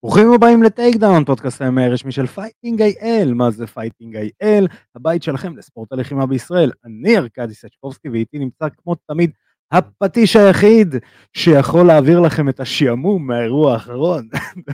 ברוכים הבאים לטייק דאון, פודקאסט הימי הרשמי של פייטינג איי-אל. מה זה פייטינג איי-אל? הבית שלכם לספורט הלחימה בישראל. אני ארקדי סצ'קובסקי, ואיתי נמצא כמו תמיד הפטיש היחיד שיכול להעביר לכם את השעמום מהאירוע האחרון.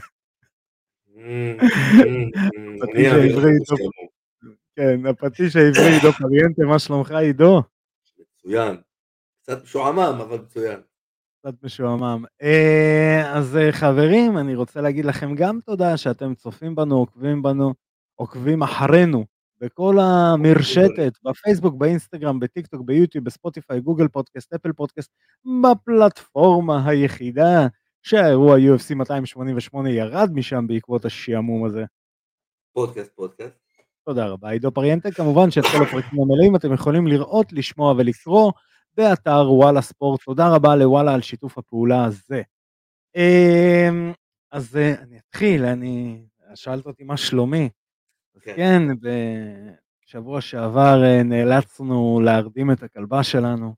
הפטיש העברי עידו, כן, הפטיש העברי עידו פריאנטה, מה שלומך עידו? מצוין, קצת משועמם אבל מצוין. קצת משועמם. אז חברים, אני רוצה להגיד לכם גם תודה שאתם צופים בנו, עוקבים בנו, עוקבים אחרינו בכל המרשתת, בפייסבוק, באינסטגרם, בטיקטוק, ביוטיוב, בספוטיפיי, גוגל פודקאסט, אפל פודקאסט, בפלטפורמה היחידה שהאירוע UFC 288 ירד משם בעקבות השעמום הזה. פודקאסט. תודה רבה, עידו פריאנטה. כמובן שאת כל הפרקים המלאים אתם יכולים לראות, לשמוע ולקרוא באתר וואלה ספורט. תודה רבה לוואלה על שיתוף הפעולה הזה. אז אני אתחיל, שאלת אותי מה שלומי. אז כן, בשבוע שעבר נאלצנו להרדים את הכלבה שלנו.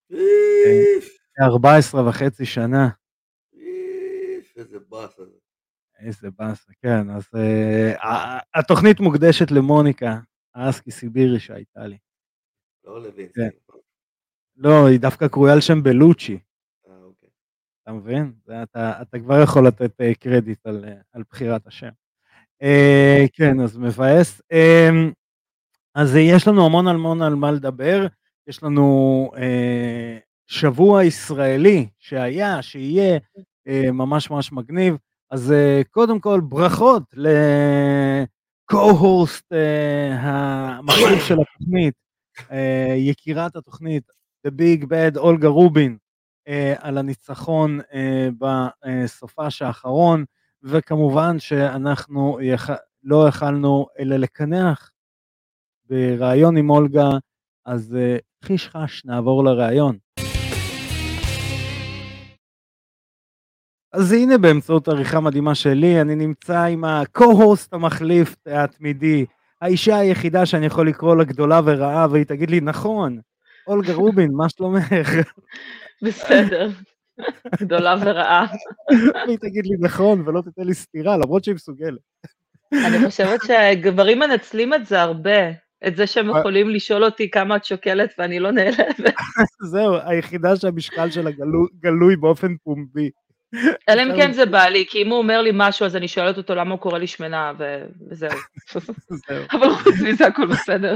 14.5 שנה. איזה באסה. איזה באסה, כן. אז התוכנית מוקדשת למוניקה, האסקי סיבירי שהייתה לי. לא לוינסקי. כן. לא, היא דווקא קרויה על שם בלוצ'י. אוקיי. אתה מבין? אתה כבר יכול לתת קרדיט על בחירת השם. כן, אז מבאס. אז יש לנו המון על מה לדבר. יש לנו שבוע ישראלי שיהיה ממש מגניב. אז קודם כל ברכות לקו-הוסט המחליף של התוכנית, יקירת התוכנית, The Big Bad אולגה רובין, על הניצחון בסופש האחרון, וכמובן שאנחנו לא יכלנו אלא לקנח ברעיון עם אולגה, אז חיש נעבור לרעיון. אז הנה באמצעות עריכה מדהימה שלי, אני נמצא עם ה-co-host המחליף התמידי, האישה היחידה שאני יכול לקרוא לה גדולה ורעה, והיא תגיד לי, נכון, אולגה רובין, מה שלומך? בסדר, גדולה ורעה. והיא תגיד לי נכון, ולא תתן לי סתירה, למרות שהיא מסוגלת. אני חושבת שגברים מנצלים את זה הרבה, את זה שהם יכולים לשאול אותי כמה את שוקלת ואני לא נעלבת. זהו, היחידה שהמשקל שלה גלוי באופן פומבי. אלא אם כן זה בא לי, כי אם הוא אומר לי משהו אז אני שואלת אותו למה הוא קורא לי שמנה וזהו. אבל חוץ מזה הכל בסדר.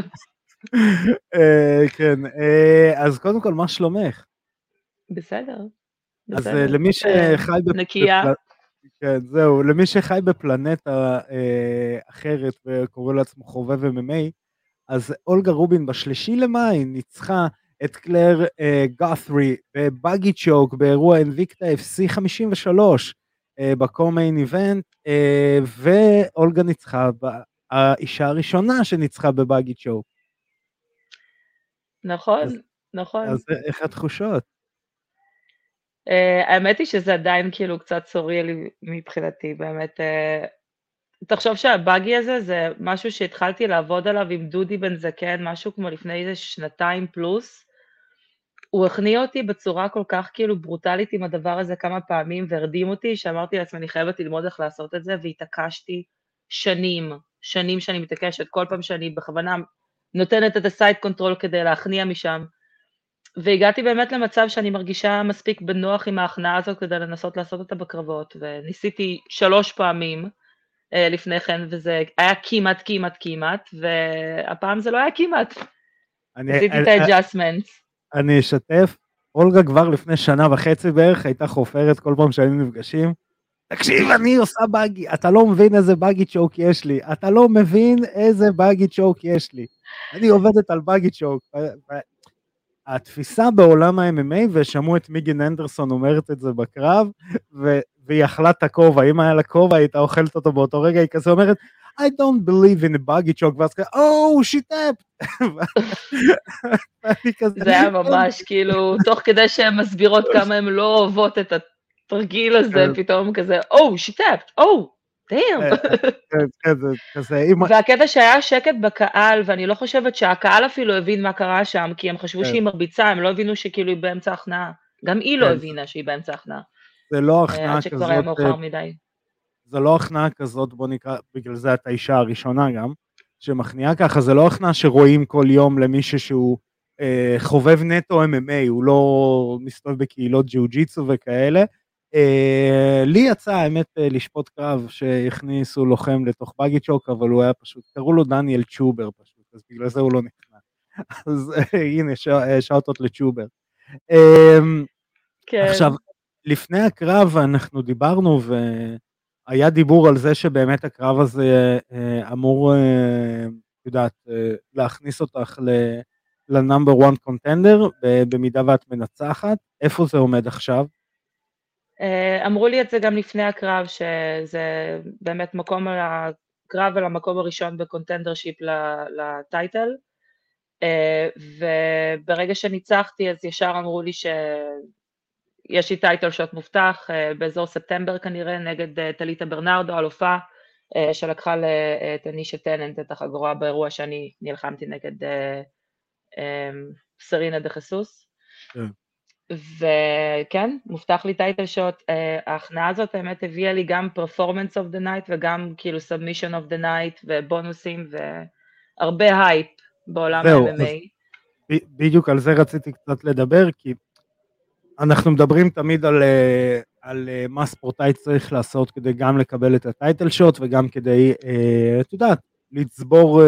כן, אז קודם כל מה שלומך? בסדר. אז למי שחי נקייה. כן, זהו, למי שחי בפלנטה אחרת וקורא לעצמו חובב MMA, אז אולגה רובין ב3 למאי ניצחה את קלר גות'רי בבאגי צ'וק באירוע אינביקטה FC 53 בקו-מיין איבנט, ואולגה ניצחה, האישה הראשונה שניצחה בבאגי צ'וק. נכון. אז איך התחושות? האמת היא שזה עדיין כאילו קצת סוריאלי מבחינתי, באמת. תחשוב שהבאגי הזה זה משהו שהתחלתי לעבוד עליו עם דודי בן זקן, משהו כמו לפני איזה 2 פלוס. הוא הכניע אותי בצורה כל כך כאילו ברוטלית עם הדבר הזה כמה פעמים, והרדים אותי, שאמרתי לעצמי, אני חייבת ללמוד איך לעשות את זה, והתעקשתי שנים שאני מתעקשת, כל פעם שאני בכוונה נותנת את הסייד קונטרול כדי להכניע משם, והגעתי באמת למצב שאני מרגישה מספיק בנוח עם ההכנעה הזאת כדי לנסות לעשות אותה בקרבות, וניסיתי 3 פעמים לפני כן, וזה היה כמעט, והפעם זה לא היה כמעט. עשיתי את האדג'סמנטס. אני אשתף, אולגה כבר לפני 1.5 שנה בערך הייתה חופרת כל פעם שהיינו נפגשים, תקשיב, אני עושה באגי, אתה לא מבין איזה באגי צ'וק יש לי, אני עובדת על באגי צ'וק. התפיסה בעולם ה-MMA, ושמעו את מיגן אנדרסון אומרת את זה בקרב, והיא אכלה את הכובע, אם היה לה כובע, הייתה אוכלת אותו באותו רגע, היא כזה אומרת, I don't believe in a buggy choke, ואז כזה, oh, she tapped. זה היה ממש, כאילו, תוך כדי שהן מסבירות כמה הן לא אוהבות את התרגיל הזה, פתאום כזה, oh, she tapped, oh, damn. והקטע שהיה שקט בקהל, ואני לא חושבת שהקהל אפילו הבין מה קרה שם, כי הם חשבו שהיא מרביצה, הם לא הבינו שכאילו היא באמצע הכנעה. גם היא לא הבינה שהיא באמצע הכנעה. זה לא הכנעה כזאת. עד שכבר היה מאוחר מדי. זה לא הכנעה כזאת, בוא נקרא, בגלל זה את האישה הראשונה גם, שמכניעה ככה, זה לא הכנעה שרואים כל יום למישהו שהוא חובב נטו MMA, הוא לא מסתובב בקהילות ג'יוג'יצו וכאלה. לי יצא האמת לשפוט קרב שהכניסו לוחם לתוך בגי צ'וק, אבל הוא היה פשוט, קראו לו דניאל צ'ובר פשוט, אז בגלל זה הוא לא נכנע. אז הנה, שאוטות לצ'ובר. כן. עכשיו, לפני הקרב אנחנו דיברנו והיה דיבור על זה שבאמת הקרב הזה אמור, יודעת, להכניס אותך לנאמבר 1 קונטנדר, במידה ואת מנצחת. איפה זה עומד עכשיו? אמרו לי את זה גם לפני הקרב, שזה באמת מקום על הקרב על המקום הראשון בקונטנדרשיפ לטייטל, וברגע שניצחתי אז ישר אמרו לי שיש לי טייטל שוט מובטח, באזור ספטמבר כנראה, נגד טליטה ברנרדו, אלופה, שלקחה לטנישה טננט את החגורה באירוע שאני נלחמתי נגד סרינה דה חסוס. וכן, מובטח לי טייטל שוט. ההכנעה הזאת האמת הביאה לי גם performance of the night וגם כאילו submission of the night ובונוסים והרבה הייפ בעולם ה-MMA. בדיוק על זה רציתי קצת לדבר, כי אנחנו מדברים תמיד על מה ספורטאי צריך לעשות כדי גם לקבל את הטייטל שוט וגם כדי, את יודעת, לצבור,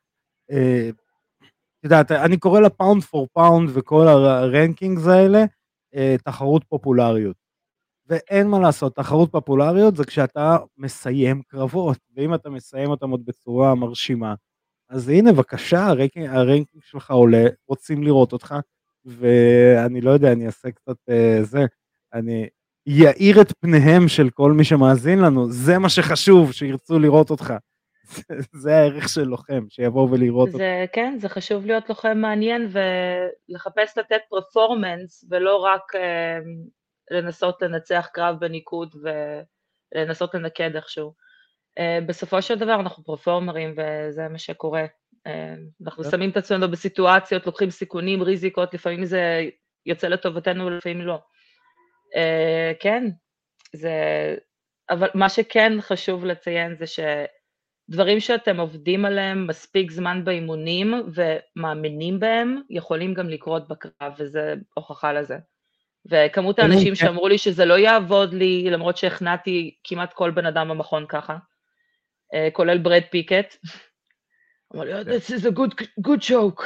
את יודעת, אני קורא לה פאונד פור פאונד וכל הרנקינגס האלה, תחרות פופולריות. ואין מה לעשות, תחרות פופולריות זה כשאתה מסיים קרבות, ואם אתה מסיים אותם עוד בצורה מרשימה, אז הנה בבקשה, הרנקינג שלך עולה, רוצים לראות אותך, ואני לא יודע, אני אעשה קצת זה, אני יאיר את פניהם של כל מי שמאזין לנו, זה מה שחשוב, שירצו לראות אותך. זה הערך של לוחם, שיבואו ולראות אותך. כן, זה חשוב להיות לוחם מעניין, ולחפש לתת פרפורמנס, ולא רק לנסות לנצח קרב בניקוד, ולנסות לנקד איכשהו. בסופו של דבר אנחנו פרפורמרים, וזה מה שקורה. אנחנו שמים את עצמנו בסיטואציות, לוקחים סיכונים, ריזיקות, לפעמים זה יוצא לטובתנו, לפעמים לא. כן, אבל מה שכן חשוב לציין זה שדברים שאתם עובדים עליהם מספיק זמן באימונים ומאמינים בהם, יכולים גם לקרות בקרב, וזה הוכחה לזה. וכמות האנשים שאמרו לי שזה לא יעבוד לי, למרות שהכנעתי כמעט כל בן אדם במכון ככה, כולל ברד פיקט, אמר לי, this is a good joke.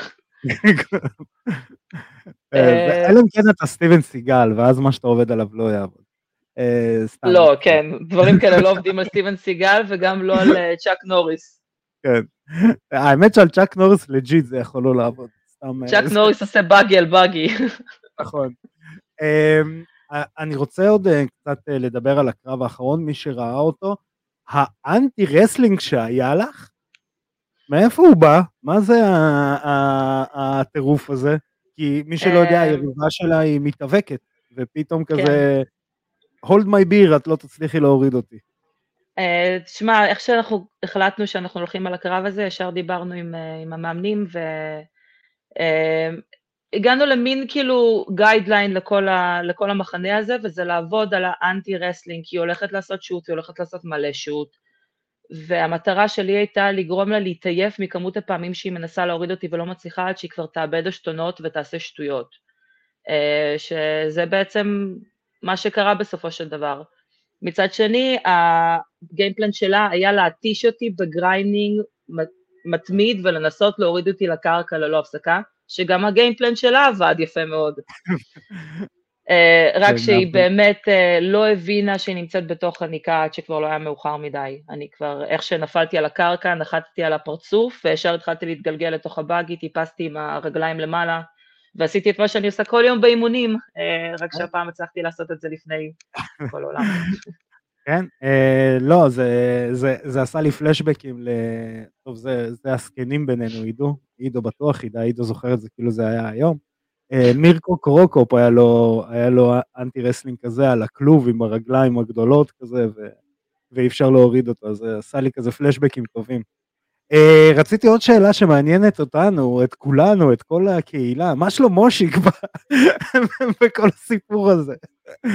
אלא אם כן אתה סטיבן סיגל, ואז מה שאתה עובד עליו לא יעבוד. לא, כן, דברים כאלה לא עובדים על סטיבן סיגל, וגם לא על צ'אק נוריס. כן, האמת שעל צ'אק נוריס לג'יט זה יכול לא לעבוד. צ'אק נוריס עושה בגי על בגי. נכון. אני רוצה עוד קצת לדבר על הקרב האחרון, מי שראה אותו, האנטי רסלינג שהיה לך, מאיפה הוא בא? מה זה הטירוף הזה? כי מי שלא יודע, היריבה שלה היא מתאבקת, ופתאום כזה, hold my beer, את לא תצליחי להוריד אותי. תשמע, איך שאנחנו החלטנו שאנחנו הולכים על הקרב הזה, ישר דיברנו עם המאמנים, והגענו למין כאילו גיידליין לכל המחנה הזה, וזה לעבוד על האנטי רסלינג, כי היא הולכת לעשות שוט, היא הולכת לעשות מלא שוט, והמטרה שלי הייתה לגרום לה להתעייף מכמות הפעמים שהיא מנסה להוריד אותי ולא מצליחה, עד שהיא כבר תאבד השתונות ותעשה שטויות. שזה בעצם מה שקרה בסופו של דבר. מצד שני, הגיימפלן שלה היה להתיש אותי בגריינינג מתמיד ולנסות להוריד אותי לקרקע ללא הפסקה, שגם הגיימפלן שלה עבד יפה מאוד. רק שהיא באמת לא הבינה שהיא נמצאת בתוך הניקה עד שכבר לא היה מאוחר מדי. אני כבר, איך שנפלתי על הקרקע, נחתתי על הפרצוף, וישר התחלתי להתגלגל לתוך הבאגי, טיפסתי עם הרגליים למעלה, ועשיתי את מה שאני עושה כל יום באימונים, רק שהפעם הצלחתי לעשות את זה לפני כל עולם. כן, לא, זה עשה לי פלשבקים, טוב, זה הסקנים בינינו, עידו בטוח, עידו זוכר את זה כאילו זה היה היום, מירקו קרוקופ היה לו אנטי רסלינג כזה על הכלוב עם הרגליים הגדולות כזה, ואי אפשר להוריד אותו, אז זה עשה לי כזה פלשבקים טובים. רציתי עוד שאלה שמעניינת אותנו, את כולנו, את כל הקהילה, מה שלא מושיק בכל הסיפור הזה?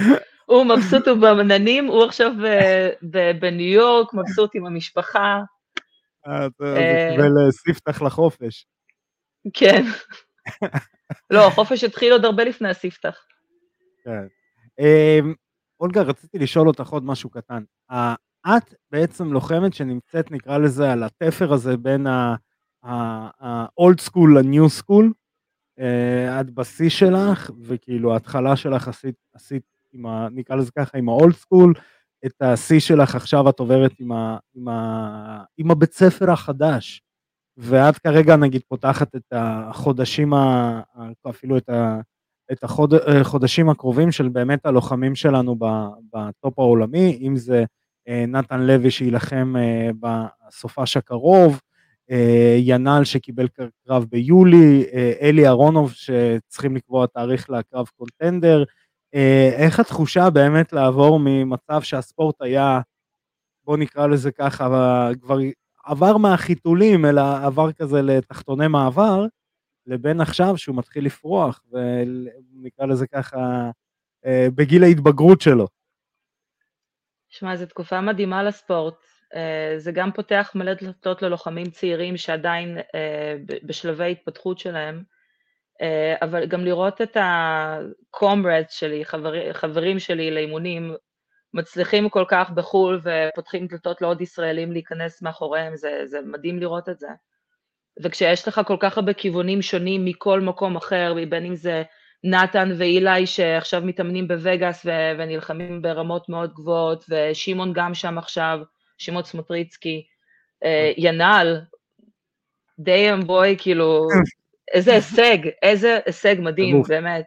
הוא מבסוט ובעננים, הוא עכשיו בניו יורק, מבסוט עם המשפחה. זה קיבל ספתח לחופש. כן. לא, החופש התחיל עוד הרבה לפני הספתח. כן. אולגה, רציתי לשאול אותך עוד משהו קטן. את בעצם לוחמת שנמצאת, נקרא לזה, על התפר הזה בין ה-old school ל-new school, את בשיא שלך, וכאילו ההתחלה שלך עשית נקרא לזה ככה, עם ה-old school, את השיא שלך עכשיו את עוברת עם הבית ספר החדש, ואת כרגע נגיד פותחת את החודשים, אפילו את החודשים הקרובים של באמת הלוחמים שלנו בטופ העולמי, אם זה נתן לוי שילחם בסופש הקרוב, ינל שקיבל קרב ביולי, אלי אהרונוב שצריכים לקבוע תאריך לקרב קונטנדר. איך התחושה באמת לעבור ממצב שהספורט היה, בוא נקרא לזה ככה, כבר עבר מהחיתולים, אלא עבר כזה לתחתוני מעבר, לבין עכשיו שהוא מתחיל לפרוח, ונקרא לזה ככה, בגיל ההתבגרות שלו. שמע, זו תקופה מדהימה לספורט. זה גם פותח מלא דלתות ללוחמים צעירים שעדיין בשלבי התפתחות שלהם, אבל גם לראות את ה-comrades שלי, חברים שלי לאימונים, מצליחים כל כך בחול ופותחים דלתות לעוד ישראלים להיכנס מאחוריהם, זה מדהים לראות את זה. וכשיש לך כל כך הרבה כיוונים שונים מכל מקום אחר, בין אם זה נתן ואילי שעכשיו מתאמנים בווגאס ונלחמים ברמות מאוד גבוהות, ושימון גם שם עכשיו, שימון סמוטריצקי, ינל, דיים בוי, כאילו, איזה הישג מדהים, באמת.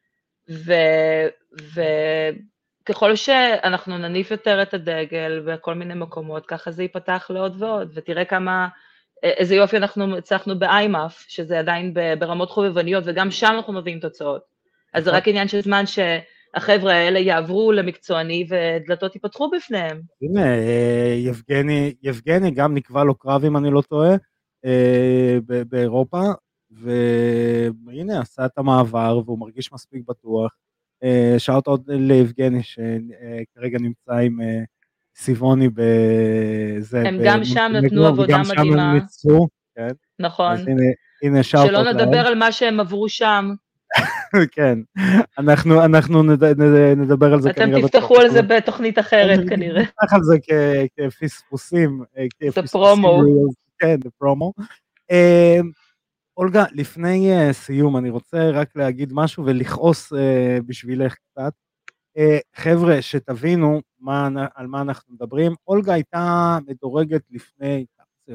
וככל שאנחנו נניף יותר את הדגל בכל מיני מקומות, ככה זה ייפתח לעוד ועוד, ותראה איזה יופי אנחנו הצלחנו באיימאף, שזה עדיין ברמות חובבניות, וגם שם אנחנו מביאים תוצאות. אז זה רק עניין של זמן שהחבר'ה האלה יעברו למקצועני, ודלתות ייפתחו בפניהם. הנה, יבגני גם נקבע לו קרב, אם אני לא טועה, באירופה, והנה, עשה את המעבר, והוא מרגיש מספיק בטוח. שאוט עוד ליבגני, שכרגע נמצא עם סיבוני בזה. הם גם שם נתנו עבודה מדהימה. וגם שם הם ניצחו, כן. נכון. אז הנה שאוט שלא נדבר על מה שהם עברו שם. כן, אנחנו נדבר על זה כנראה. אתם תפתחו על זה בתוכנית אחרת כנראה. נפתח על זה כפספוסים. זה פרומו. כן, זה פרומו. אולגה, לפני סיום, אני רוצה רק להגיד משהו ולכעוס בשבילך קצת. חבר'ה, שתבינו על מה אנחנו מדברים. אולגה הייתה מדורגת לפני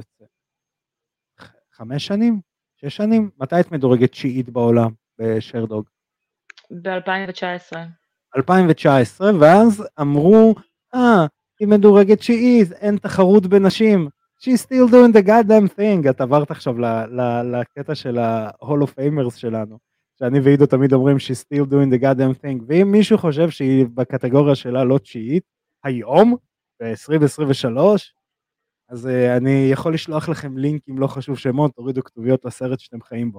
5 שנים? 6 שנים? מתי את מדורגת שיעית בעולם בשרדוג? ב-2019. 2019, ואז אמרו, היא מדורגת שיעית, אין תחרות בנשים. She's still doing the goddamn thing. את עברת עכשיו לקטע של ה-Hall of Famers שלנו, שאני ועידו תמיד אומרים she's still doing the goddamn thing, ואם מישהו חושב שהיא בקטגוריה שלה לא תשיעית, היום, ב-2023, אז אני יכול לשלוח לכם לינקים, לא חשוב שמות, תורידו כתוביות לסרט שאתם חיים בו.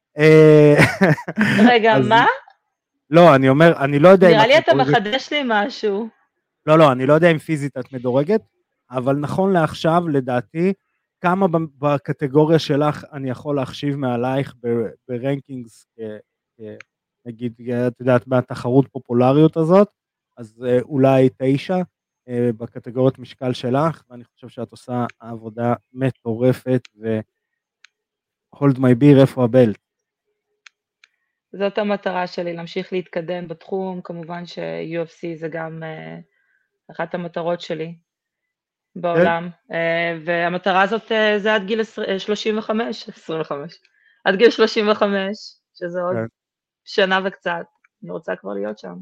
רגע, מה? לא, אני אומר, אני לא יודע... נראה לי אתה מחדש לי משהו. לא, אני לא יודע אם פיזית את מדורגת, אבל נכון לעכשיו, לדעתי, כמה בקטגוריה שלך אני יכול להחשיב מעלייך ברנקינגס, נגיד, את יודעת, מהתחרות פופולריות הזאת, אז אולי 9 בקטגוריות משקל שלך, ואני חושב שאת עושה עבודה מטורפת, ו-hold my beer, איפה הבלט? זאת המטרה שלי, להמשיך להתקדם בתחום, כמובן ש-UFC זה גם אחת המטרות שלי. בעולם, והמטרה הזאת זה עד גיל 25, עד גיל 35, שזה עוד שנה וקצת, אני רוצה כבר להיות שם.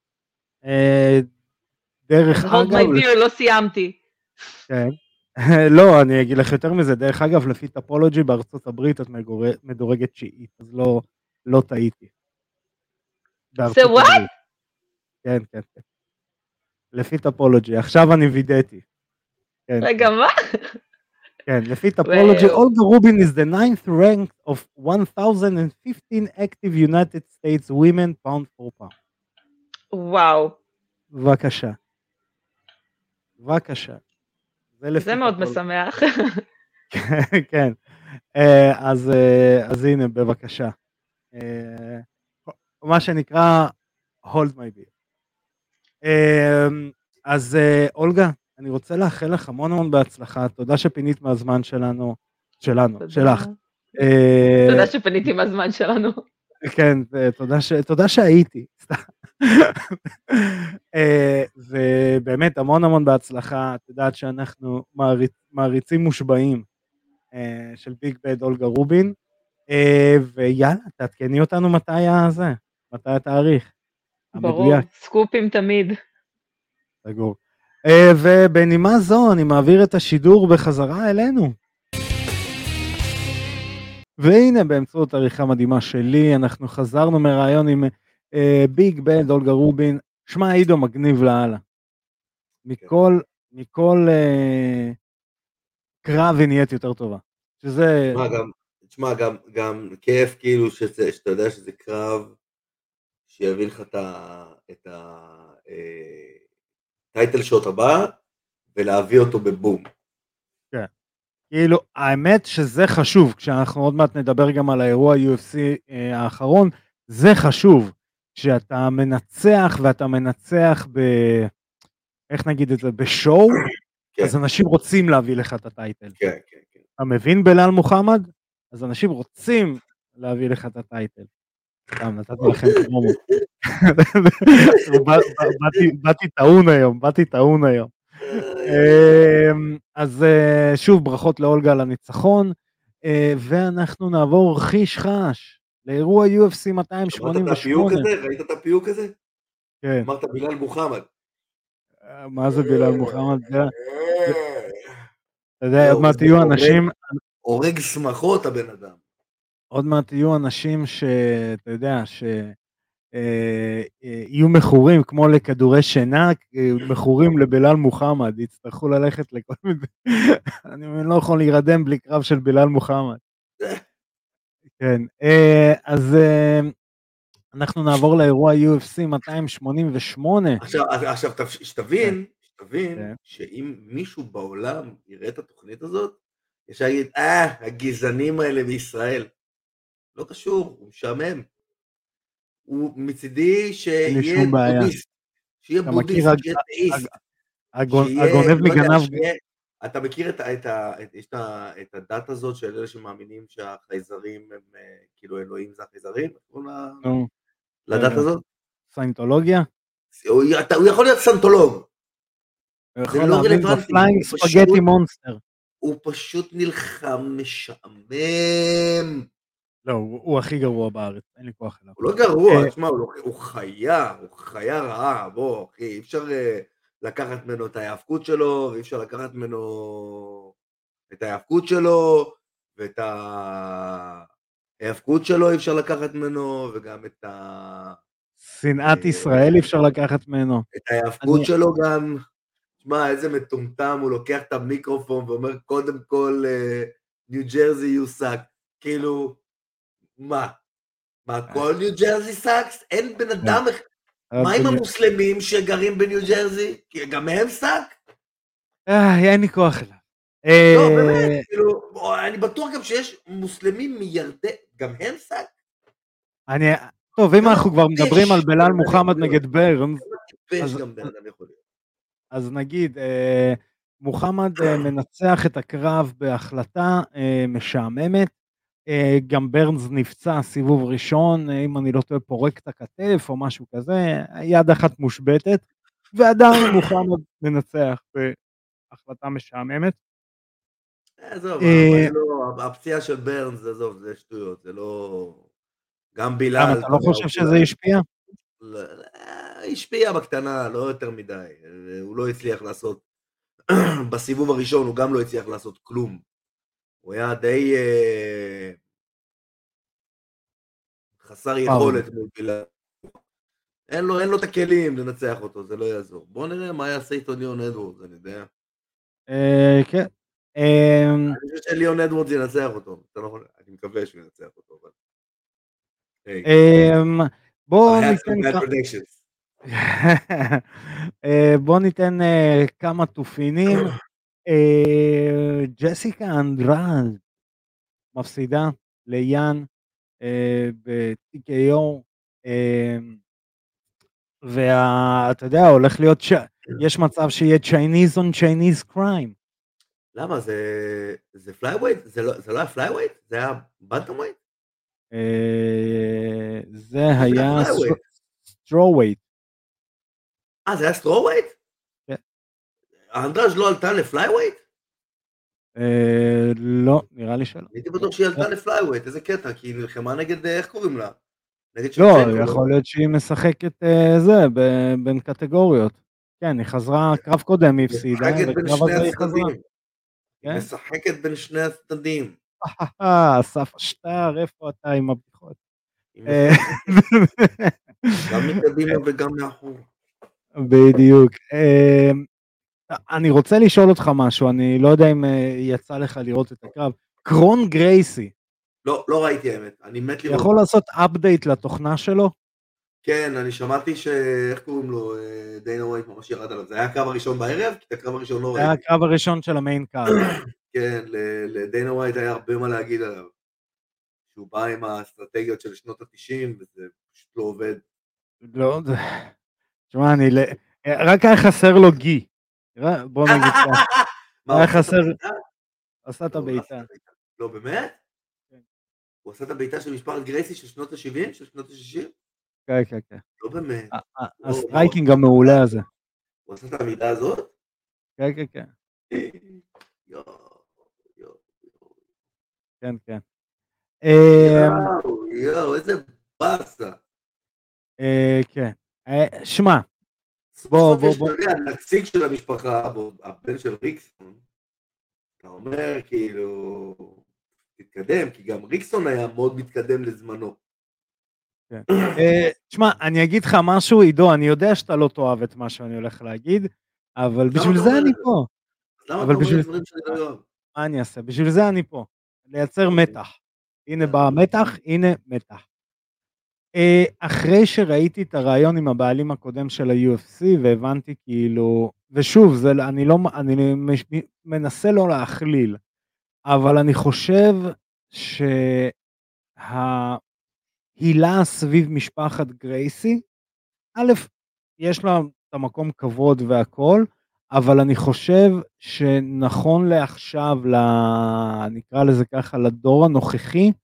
דרך אגב... hold my beer, לא סיימתי. כן, לא, אני אגיד לך יותר מזה, דרך אגב, לפי טופולוגי בארצות הברית את מדורגת שיעית, אז לא טעיתי. זה what? כן. לפי טופולוגי, עכשיו אני וידאתי. רגע, מה? כן, לפי טופולוגי, אולגה רובין is the 9th rank of 1,015 active United States women pound for pound. וואו. בבקשה. בבקשה. זה מאוד משמח. כן. אז הנה, בבקשה. מה שנקרא, hold my beer. אז אולגה, אני רוצה לאחל לך המון בהצלחה, תודה שפינית מהזמן שלך. תודה שפניתי מהזמן שלנו. כן, תודה שהייתי. ובאמת המון בהצלחה, את יודעת שאנחנו מעריצים מושבעים של ביג בד אולגה רובין, ויאללה, תעדכני אותנו מתי התאריך המדויק. ברור, סקופים תמיד. סגור. ובנימה זו אני מעביר את השידור בחזרה אלינו. והנה באמצעות עריכה מדהימה שלי, אנחנו חזרנו מראיון עם ביג בד אולגה רובין. שמע, עידו מגניב לאללה. מכל קרב היא נהיית יותר טובה. שזה... תשמע, גם כיף כאילו שאתה יודע שזה קרב שיביא לך את הטייטל שוט הבא, ולהביא אותו בבום. כן. כאילו, האמת שזה חשוב, כשאנחנו עוד מעט נדבר גם על האירוע UFC האחרון, זה חשוב, שאתה מנצח ואתה מנצח איך נגיד את זה, בשואו, כן. אז אנשים רוצים להביא לך את הטייטל. כן. אתה מבין בלאל מוחמד? אז אנשים רוצים להביא לך את הטייטל. סתם, נתתי לכם פרומו. באתי טעון היום. אז שוב ברכות לאולגה על הניצחון, ואנחנו נעבור חיש חש לאירוע UFC 288. ראית את הפיוק הזה? כן. אמרת בלאל מוחמד. מה זה בלאל מוחמד? אתה יודע, עוד מעט יהיו אנשים... הורג שמחות הבן אדם. עוד מעט יהיו אנשים שאתה יודע, יהיו מכורים כמו לכדורי שינה, מכורים לבלאל מוחמד, יצטרכו ללכת לכל מיני... אני לא יכול להירדם בלי קרב של בלאל מוחמד. כן, אז אנחנו נעבור לאירוע UFC 288. עכשיו שתבין שאם מישהו בעולם יראה את התוכנית הזאת, יש להגיד, הגזענים האלה בישראל. לא קשור, הוא משעמם. הוא מצידי שיהיה בודיסט, שיהיה תאיסט, הגונב מגנב. אתה מכיר את הדת הזאת של אלה שמאמינים שהחייזרים הם כאילו אלוהים זה החייזרים? לדת הזאת? סיינטולוגיה? הוא יכול להיות סנטולוג. הוא יכול להבין בפליינג ספגטי מונסטר. הוא פשוט נלחם משעמם. לא, הוא הכי גרוע בארץ, אין לי כוח אליו. הוא לא גרוע, תשמע, הוא חיה רעה, בוא, אחי, אי אפשר לקחת ממנו את ההיאבקות שלו, ואי אפשר לקחת ממנו את ההיאבקות שלו, ואת ההיאבקות שלו אי אפשר לקחת ממנו, וגם את שנאת ישראל אי אפשר לקחת ממנו. את ההיאבקות שלו גם, תשמע, איזה מטומטם, הוא לוקח את המיקרופון ואומר, קודם כל, ניו ג'רזי יוסק, כאילו, מה, כל ניו ג'רזי סאקס? אין בן אדם, מה עם המוסלמים שגרים בניו ג'רזי? כי גם הם סאק? אין לי כוח אליו. לא, באמת, כאילו, אני בטוח גם שיש מוסלמים מירדן, גם הם סאק? טוב, אם אנחנו כבר מדברים על בלאל מוחמד נגד ברנס, אז נגיד, מוחמד מנצח את הקרב בהחלטה משעממת, גם ברנס נפצע סיבוב ראשון, אם אני לא טועה פורק את הכתף או משהו כזה, יד אחת מושבטת, ועדיין מוחמד מנצח בהחלטה משעממת. עזוב, הפציעה של ברנס, עזוב, זה שטויות, זה לא... גם בילאל... אתה לא חושב שזה השפיע? השפיע בקטנה, לא יותר מדי, הוא לא הצליח לעשות, בסיבוב הראשון הוא גם לא הצליח לעשות כלום. הוא היה די חסר יכולת מול בילאל. אין לו את הכלים לנצח אותו, זה לא יעזור. בוא נראה מה יעשה איתו ליאון אדוורדס, אני יודע. כן. אני חושב שליאון אדוורדס ינצח אותו, אני מקווה שהוא ינצח אותו. בוא ניתן לך... בוא ניתן כמה תופינים. ג'סיקה אנדרד מפסידה ליאן ב-TKO, ואתה יודע, הולך להיות, יש מצב שיהיה Chinese on Chinese crime. למה? זה פלייווייט? זה לא היה פלייווייט? זה היה בנטמווייט? זה היה סטרווייט. זה היה סטרווייט? כן. האנדראז' לא עלתה לפלייווייט? לא, נראה לי שלא. הייתי בטוח שהיא עלתה לפלייווייט, איזה קטע, כי היא נלחמה נגד, איך קוראים לה? לא, יכול להיות שהיא משחקת זה, בין קטגוריות. כן, היא חזרה, קרב קודם היא הפסידה, וקרב הזה היא חזרה. היא משחקת בין שני הצדדים. אסף אשטר, איפה אתה עם הבדיחות? גם מקדימה וגם מאחור. בדיוק. אני רוצה לשאול אותך משהו, אני לא יודע אם יצא לך לראות את הקרב. קרון גרייסי. לא ראיתי האמת, אני מת לראות. יכול לעשות אפדייט לתוכנה שלו? כן, אני שמעתי איך קוראים לו, דיינה ווייט ממש ירד עליו. זה היה הקרב הראשון בערב? כי את הקרב הראשון לא ראיתי. זה היה הקרב הראשון של המיין קארד. כן, לדיינה ווייט היה הרבה מה להגיד עליו. שהוא בא עם האסטרטגיות של שנות ה-90, וזה פשוט לא עובד. לא, תשמע, רק היה חסר לו גי. בוא נגיד ככה. היה חסר, עשה את הביתה. לא, באמת? הוא עשה את הביתה של משפחת גרייסי של שנות ה-70, של שנות ה-60? כן, כן, כן. לא באמת. הסטרייקינג המעולה הזה. הוא עשה את המידה הזאת? כן, כן, כן. כן, כן. יואו, איזה באסה. כן. שמע, בוא. הנציג של המשפחה, הבן של ריקסון, אתה אומר כאילו, תתקדם, כי גם ריקסון היה מאוד מתקדם לזמנו. שמע, אני אגיד לך משהו, עידו, אני יודע שאתה לא תאהב את מה שאני הולך להגיד, אבל בשביל זה אני פה. למה אתה אומר דברים שאני לא אוהב? מה אני אעשה? בשביל זה אני פה. לייצר מתח. הנה בא המתח, הנה מתח. אחרי שראיתי את הרעיון עם הבעלים הקודם של ה-UFC, והבנתי כאילו, ושוב, אני מנסה לא להכליל, אבל אני חושב שההילה סביב משפחת גרייסי, א', יש לה את המקום כבוד והכל, אבל אני חושב שנכון לעכשיו, נקרא לזה ככה, לדור הנוכחי,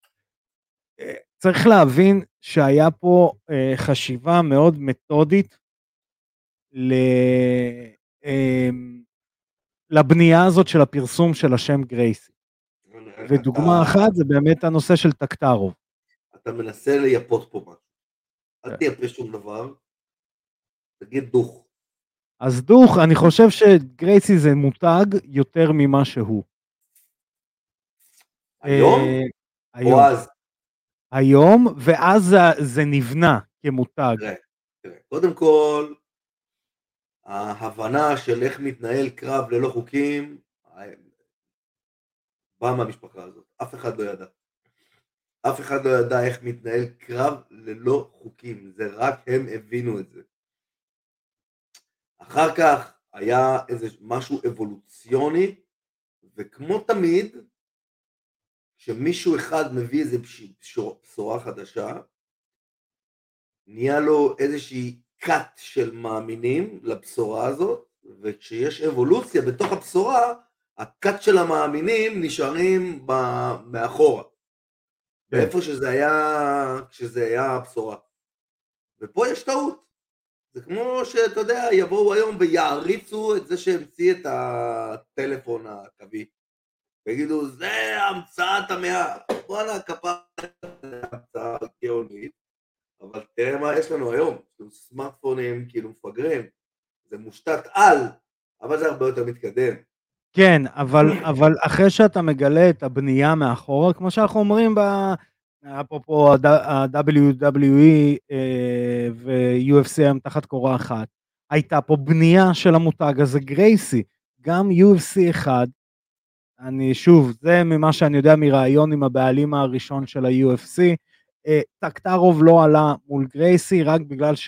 צריך להבין שהיה פה חשיבה מאוד מתודית לבנייה הזאת של הפרסום של השם גרייסי. ודוגמה אחת זה באמת הנושא של טקטרוב. אתה מנסה לייפות פה משהו. אל תייפה שום דבר, תגיד דוך. אז דוך, אני חושב שגרייסי זה מותג יותר ממה שהוא. היום? או אז? היום, ואז זה נבנה כמותג. תראה, קודם כל, ההבנה של איך מתנהל קרב ללא חוקים, בא מהמשפחה הזאת, אף אחד לא ידע. אף אחד לא ידע איך מתנהל קרב ללא חוקים, זה רק הם הבינו את זה. אחר כך היה איזה משהו אבולוציוני, וכמו תמיד, כשמישהו אחד מביא איזו בשורה חדשה, נהיה לו איזושהי קאט של מאמינים לבשורה הזאת, וכשיש אבולוציה בתוך הבשורה, הקאט של המאמינים נשארים מאחורה. באיפה שזה היה הבשורה. ופה יש טעות. זה כמו שאתה יודע, יבואו היום ויעריצו את זה שהמציא את הטלפון הקווי. ויגידו, זה המצאת המאה. וואלה, כפרה, זה המצאה גאונית. אבל תראה מה יש לנו היום. סמארטפונים כאילו מפגרים. זה מושתת על, אבל זה הרבה יותר מתקדם. כן, אבל אחרי שאתה מגלה את הבנייה מאחורה, כמו שאנחנו אומרים אפרופו ה-WWE ו-UFC הם תחת קורה אחת, הייתה פה בנייה של המותג הזה גרייסי, גם UFC אחד, אני שוב, זה ממה שאני יודע מרעיון עם הבעלים הראשון של ה-UFC, טקטרוב לא עלה מול גרייסי, רק בגלל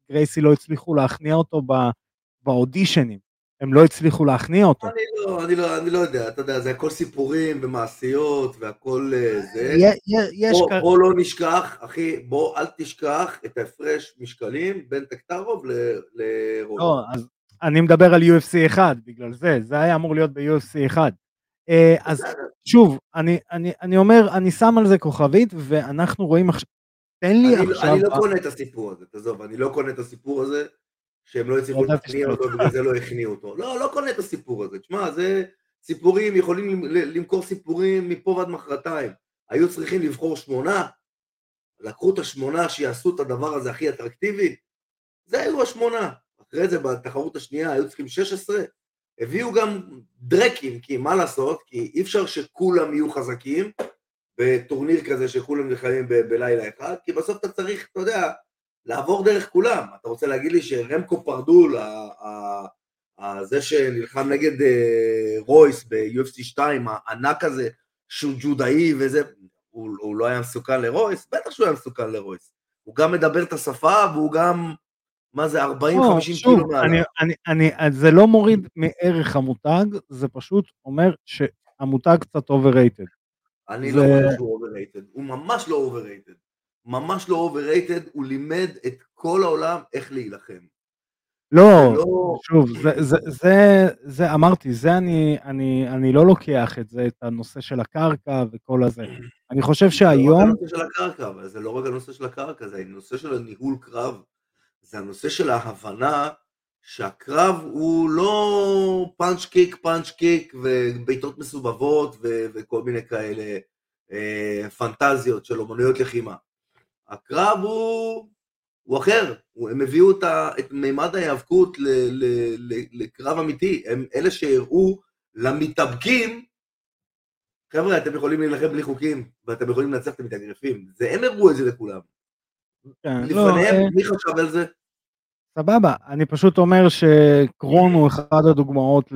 גרייסי לא הצליחו להכניע אותו באודישנים, הם לא הצליחו להכניע אותו. אני לא יודע, אתה יודע, זה הכל סיפורים ומעשיות והכל זה. בוא לא נשכח, אחי, בוא אל תשכח את ההפרש משקלים בין טקטרוב לרוי. לא, אז אני מדבר על UFC 1, בגלל זה היה אמור להיות ב-UFC 1. אז שוב, אני אומר, אני שם על זה כוכבית, ואנחנו רואים עכשיו, תן לי עכשיו... אני לא קונה את הסיפור הזה, תעזוב, אני לא קונה את הסיפור הזה, שהם לא הצליחו להכניע אותו, ובגלל זה לא הכניעו אותו. לא קונה את הסיפור הזה. תשמע, זה סיפורים, יכולים למכור סיפורים מפה ועד מחרתיים. היו צריכים לבחור 8, לקחו את 8 שיעשו את הדבר הזה הכי אטרקטיבי, זה היו 8. אחרי זה בתחרות השנייה היו צריכים 16, הביאו גם דרקים, כי מה לעשות, כי אי אפשר שכולם יהיו חזקים, בטורניר כזה שכולם נלחמים בלילה אחד, כי בסוף אתה צריך, אתה יודע, לעבור דרך כולם. אתה רוצה להגיד לי שרמקו פרדול, זה שנלחם נגד רויס ב-UFC 2, הענק הזה, שהוא ג'ודאי וזה, הוא לא היה מסוכן לרויס? בטח שהוא היה מסוכן לרויס. הוא גם מדבר את השפה, והוא גם, מה זה, 40-50 קילו מעלה. זה לא מוריד מערך המותג, זה פשוט אומר שהמותג קצת overrated. אני לא חושב שהוא overrated, הוא ממש לא overrated. ממש לא overrated, הוא לימד את כל העולם איך להילחם. לא, שוב, זה אמרתי, זה אני לא לוקח את זה, את הנושא של הקרקע וכל הזה. אני חושב שהיום... זה לא רק הנושא של הקרקע, אבל זה לא רק הנושא של הקרקע, זה הנושא של הניהול קרב, זה הנושא של ההבנה שהקרב הוא לא פאנץ' קיק וביתות מסובבות וכל מיני כאלה פנטזיות של אומנויות לחימה. הקרב הוא אחר, הם הביאו את מימד ההיאבקות לקרב אמיתי, הם אלה שהראו למתאבקים, חבר'ה, אתם יכולים להילחם בלי חוקים, ואתם יכולים לנצח את המתאגרפים, זה הם הראו את זה לכולם. לפניהם, מי חשב על זה? סבבה, אני פשוט אומר שקרון הוא אחד הדוגמאות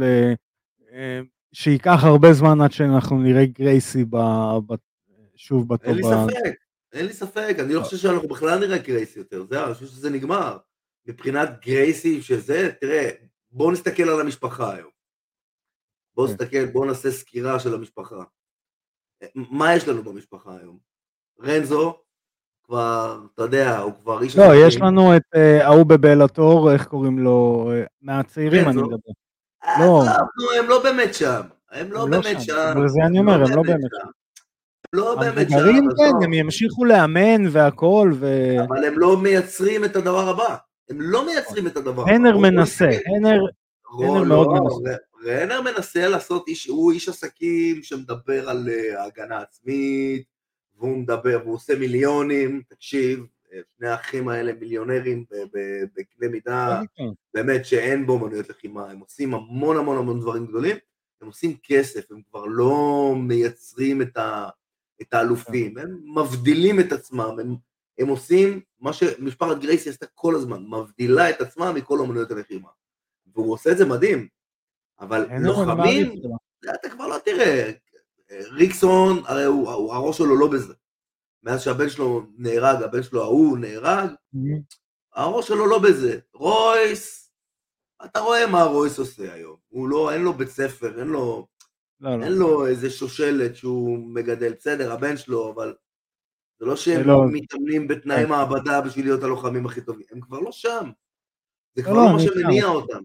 שייקח הרבה זמן עד שאנחנו נראה גרייסי שוב בטוב. אין לי ספק, אני לא חושב שאנחנו בכלל נראה גרייסי יותר, זהו, אני חושב שזה נגמר. מבחינת גרייסי שזה, תראה, בואו נסתכל על המשפחה היום. בואו נעשה סקירה של המשפחה. מה יש לנו במשפחה היום? רנזו, כבר, אתה יודע, הוא כבר איש... לא, יש לנו את ההוא בבלאטור, איך קוראים לו, מהצעירים אני מדבר. לא, הם לא באמת שם. הם לא באמת שם. וזה אני אומר, הם לא באמת שם. לא באמת שם. המבוגרים כן, הם ימשיכו לאמן והכל, אבל הם לא מייצרים את הדבר הבא. הם לא מייצרים את הדבר הבא. הנר מנסה, הנר מאוד מנסה. רנר מנסה לעשות, הוא איש עסקים שמדבר על הגנה עצמית, והוא עושה מיליונים, תקשיב, שני האחים האלה מיליונרים בקנה מידה, באמת שאין בו אומנויות לחימה, הם עושים המון המון המון דברים גדולים, הם עושים כסף, הם כבר לא מייצרים את האלופים, הם מבדילים את עצמם, הם עושים מה שמשפחת גרייסי עשתה כל הזמן, מבדילה את עצמה מכל אומנויות הלחימה, והוא עושה את זה מדהים, אבל לוחמים, אתה כבר לא תראה, ריקסון, הרי הראש שלו לא בזה, מאז שהבן שלו נהרג, הבן שלו ההוא נהרג, הראש שלו לא בזה, רויס, אתה רואה מה רויס עושה היום, אין לו בית ספר, אין לו איזה שושלת שהוא מגדל, בסדר, הבן שלו, אבל זה לא שהם מתאמנים בתנאי מעבדה בשביל להיות הלוחמים הכי טובים, הם כבר לא שם, זה כבר לא מה שמניע אותם.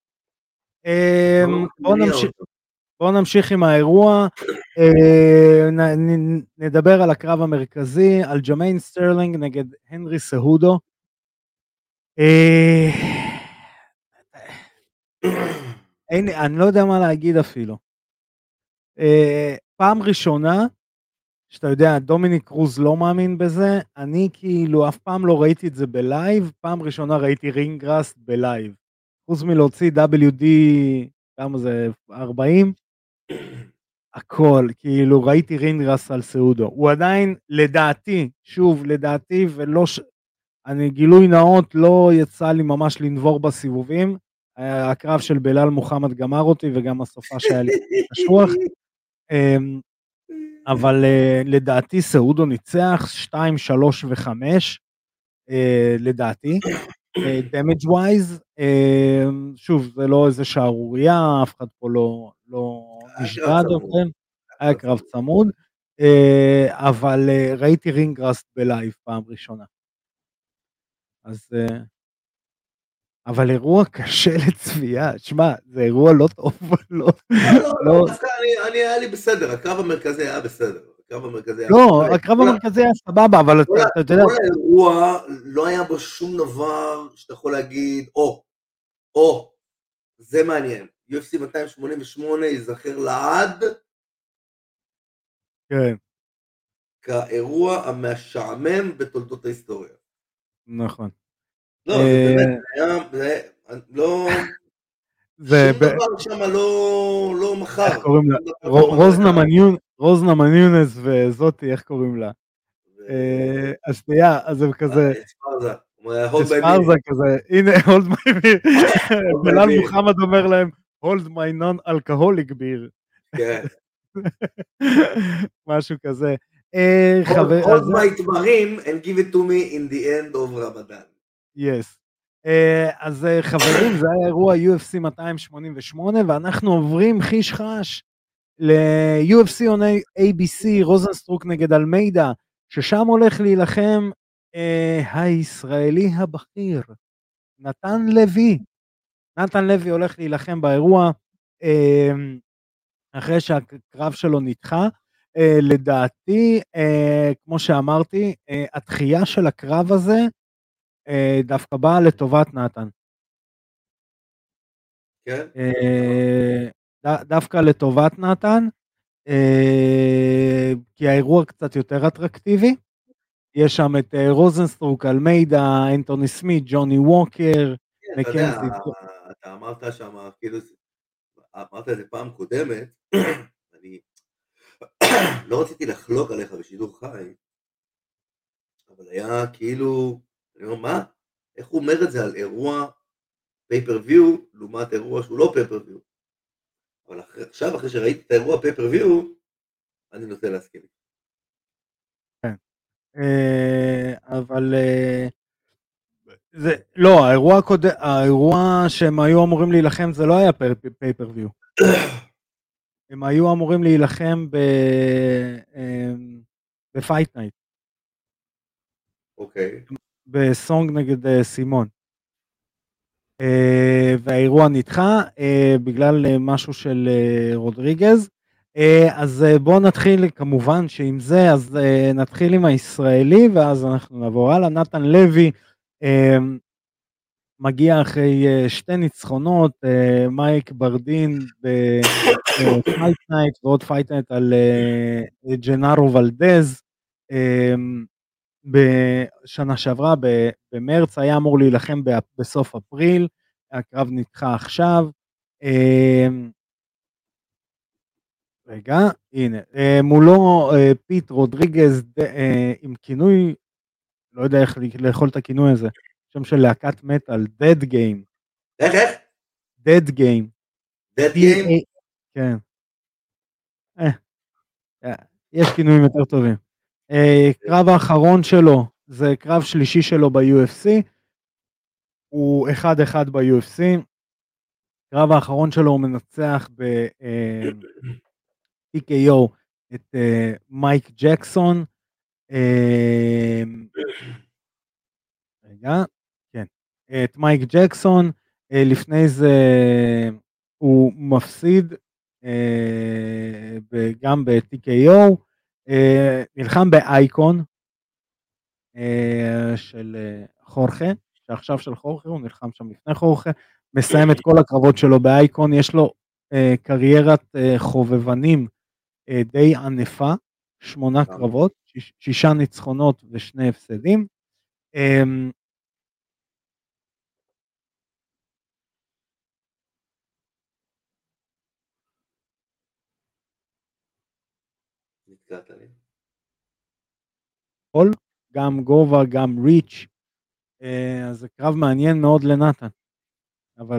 בואו נמשיך עם האירוע, נדבר על הקרב המרכזי, על ג'מיין סטרלינג נגד הנרי סהודו. אני לא יודע מה להגיד אפילו. פעם ראשונה, שאתה יודע, דומיניק קרוז לא מאמין בזה, אני כאילו אף פעם לא ראיתי את זה בלייב, פעם ראשונה ראיתי רינגראסט בלייב. חוץ מלהוציא WD, כמה זה, 40? הכל, כאילו ראיתי רינגראסט על סהודו. הוא עדיין, לדעתי, שוב, לדעתי, ולא אני גילוי נאות, לא יצא לי ממש לנבור בסיבובים, הקרב של בלאל מוחמד גמר אותי, וגם הסופה שהיה לי קשוח, אבל לדעתי סהודו ניצח 2, 3 ו-5, לדעתי, damage wise, שוב, זה לא איזה שערוריה, אף אחד פה לא נשדד, כן? היה קרב צמוד, אבל ראיתי רינגראסט בלייב פעם ראשונה. אז, אבל אירוע קשה לצביעה, שמע, זה אירוע לא טוב, לא, דווקא אני היה לי בסדר, הקרב המרכזי היה בסדר. לא, הקרב המרכזי היה סבבה, אבל אתה יודע... כל האירוע לא היה בו שום דבר שאתה יכול להגיד, או, זה מעניין, UFC 288 ייזכר לעד, כן. כאירוע המשעמם בתולדות ההיסטוריה. נכון. לא, זה באמת, זה לא... שום דבר שם לא מחר. איך קוראים לה? רוזנה מניונס וזאתי, איך קוראים לה? השנייה, אז הם כזה... אספרזה כזה, הנה, hold my beer. בלal מוחמד אומר להם, hold my non-alcoholic beer. כן. משהו כזה. hold my תמרים and give it to me in the end of Ramadan. Yes. אז חברים, זה היה אירוע UFC 288, ואנחנו עוברים חיש חש ל-UFC on ABC, רוזנסטרוק נגד אלמיידה, ששם הולך להילחם הישראלי הבכיר, נתן לוי. נתן לוי הולך להילחם באירוע, אחרי שהקרב שלו נדחה. לדעתי, כמו שאמרתי, התחייה של הקרב הזה, דווקא באה לטובת נתן. כן? דווקא לטובת נתן, כי האירוע קצת יותר אטרקטיבי. יש שם את רוזנסטרוק, אלמיידה, אנטוני סמית, ג'וני ווקר, מקנזי. אתה אמרת שם, כאילו, אמרת את זה פעם קודמת, אני לא רציתי לחלוק עליך בשידור חי, אבל היה כאילו, אני אומר, מה? איך הוא אומר את זה על אירוע פייפרוויו, לעומת אירוע שהוא לא פייפרוויו? אבל עכשיו, אחרי שראיתי את האירוע פייפרוויו, אני נוטה להסכים. כן. אבל זה, לא, האירוע שהם היו אמורים להילחם זה לא היה פייפרוויו. הם היו אמורים להילחם בפייט נייט. אוקיי. בסונג נגד סימון. והאירוע נדחה בגלל משהו של רודריגז. אז בואו נתחיל, כמובן שעם זה, אז נתחיל עם הישראלי, ואז אנחנו נעבור הלאה. נתן לוי מגיע אחרי שתי ניצחונות, מייק ברדין בפייט נייט, ועוד פייט נייט על ג'נארו ולדז, בשנה שעברה, במרץ, היה אמור להילחם בסוף אפריל, הקרב נדחה עכשיו. רגע, הנה, מולו פיט רודריגז עם כינוי, לא יודע איך לאכול את הכינוי הזה, שם של להקת מטל, Dead Game. איך? Dead Game. Dead Game? כן. יש כינויים יותר טובים. קרב האחרון שלו, זה קרב שלישי שלו ב-UFC, הוא 1-1 ב-UFC, קרב האחרון שלו הוא מנצח ב-TKO את מייק ג'קסון, רגע, כן, את מייק ג'קסון, לפני זה הוא מפסיד גם ב-TKO, נלחם באייקון של חורכה, שעכשיו של חורכה, הוא נלחם שם לפני חורכה, מסיים את כל הקרבות שלו באייקון, יש לו קריירת חובבנים די ענפה, 8 קרבות, 6 ניצחונות ו2 הפסדים. גם גובה, גם ריץ', אז זה קרב מעניין מאוד לנתן, אבל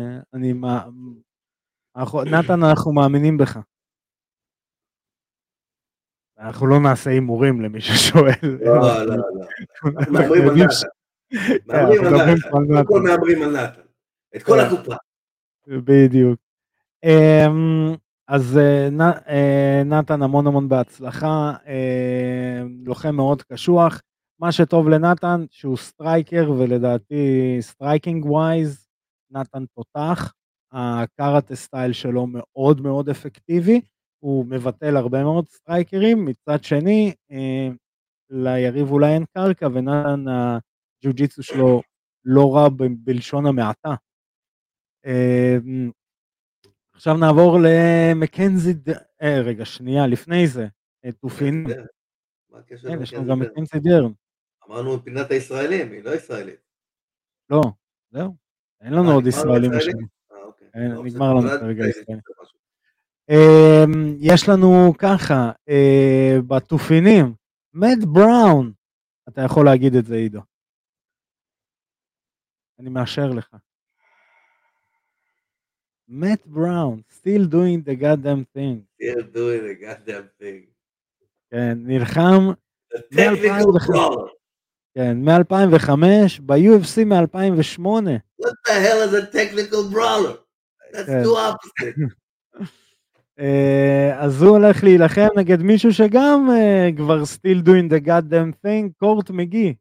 נתן, אנחנו מאמינים בך. אנחנו לא נעשה הימורים למי ששואל. לא. אנחנו מדברים על נתן. מהמרים על מדברים נתן, פה על קודם כל נתן. מהמרים על נתן, את כל הקופה. בדיוק. אז נתן המון בהצלחה, לוחם מאוד קשוח, מה שטוב לנתן שהוא סטרייקר ולדעתי סטרייקינג ווייז, נתן תותח, הקארטה סטייל שלו מאוד אפקטיבי, הוא מבטל הרבה מאוד סטרייקרים, מצד שני ליריב אולי אין קרקע ונתן הג'יוג'יצו שלו לא רע בלשון המעטה. עכשיו נעבור למקנזי, רגע שנייה לפני זה, תופין, מה הקשר כן יש לנו למקנזי גם דרן? מקנזי דרן, אמרנו פינת הישראלים, היא לא ישראלית. לא, זהו, אין לנו עוד ישראלים משנה, אוקיי. נגמר לנו כרגע ישראלים. משהו. יש לנו ככה, בתופינים, מאט בראון, אתה יכול להגיד את זה עידו, אני מאשר לך. מאט בראון, still doing the goddamn thing. Still doing the goddamn thing. כן, נלחם The technical brawler. כן, מ-2005, ב-UFC מ-2008. What the hell is a technical brawler? That's too opposite. אז הוא הולך להילחם נגד מישהו שגם כבר still doing the goddamn thing, קורט מגי.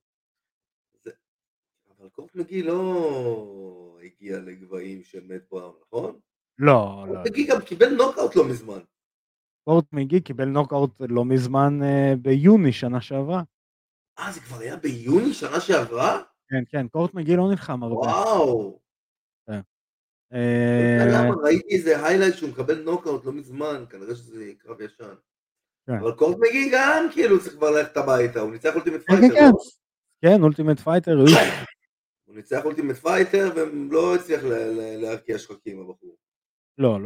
אבל קורט מגי לא הגיע לגבהים של מאט בראון, נכון? לא. קורט מגי גם קיבל נוקאוט לא מזמן. קורט מגי קיבל נוקאוט לא מזמן ביוני שנה שעברה. זה כבר היה ביוני שנה שעברה? כן, קורט מגי לא נלחם הרבה. וואו. ראיתי איזה היילייט שהוא מקבל נוקאוט לא מזמן, כנראה שזה קרב ישן. אבל קורט מגי גם כאילו צריך כבר ללכת הביתה, הוא ניצח אולטימט פייטר. כן, אולטימט פייטר. הוא ניצח אולטימט פייטר ולא הצליח להרקיע שחקים הבחור. לא.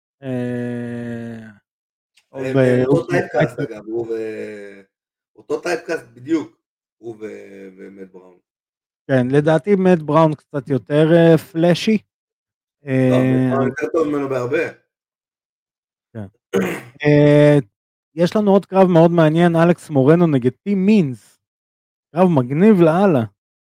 אותו טייפקאסט אגב, אותו טייפקאסט בדיוק, הוא ומאט בראון. כן, לדעתי מאט בראון קצת יותר פלאשי. לא, מאט בראון יותר טוב ממנו בהרבה. כן. יש לנו עוד קרב מאוד מעניין, אלכס מורנו נגד טים מינס. קרב מגניב לאללה.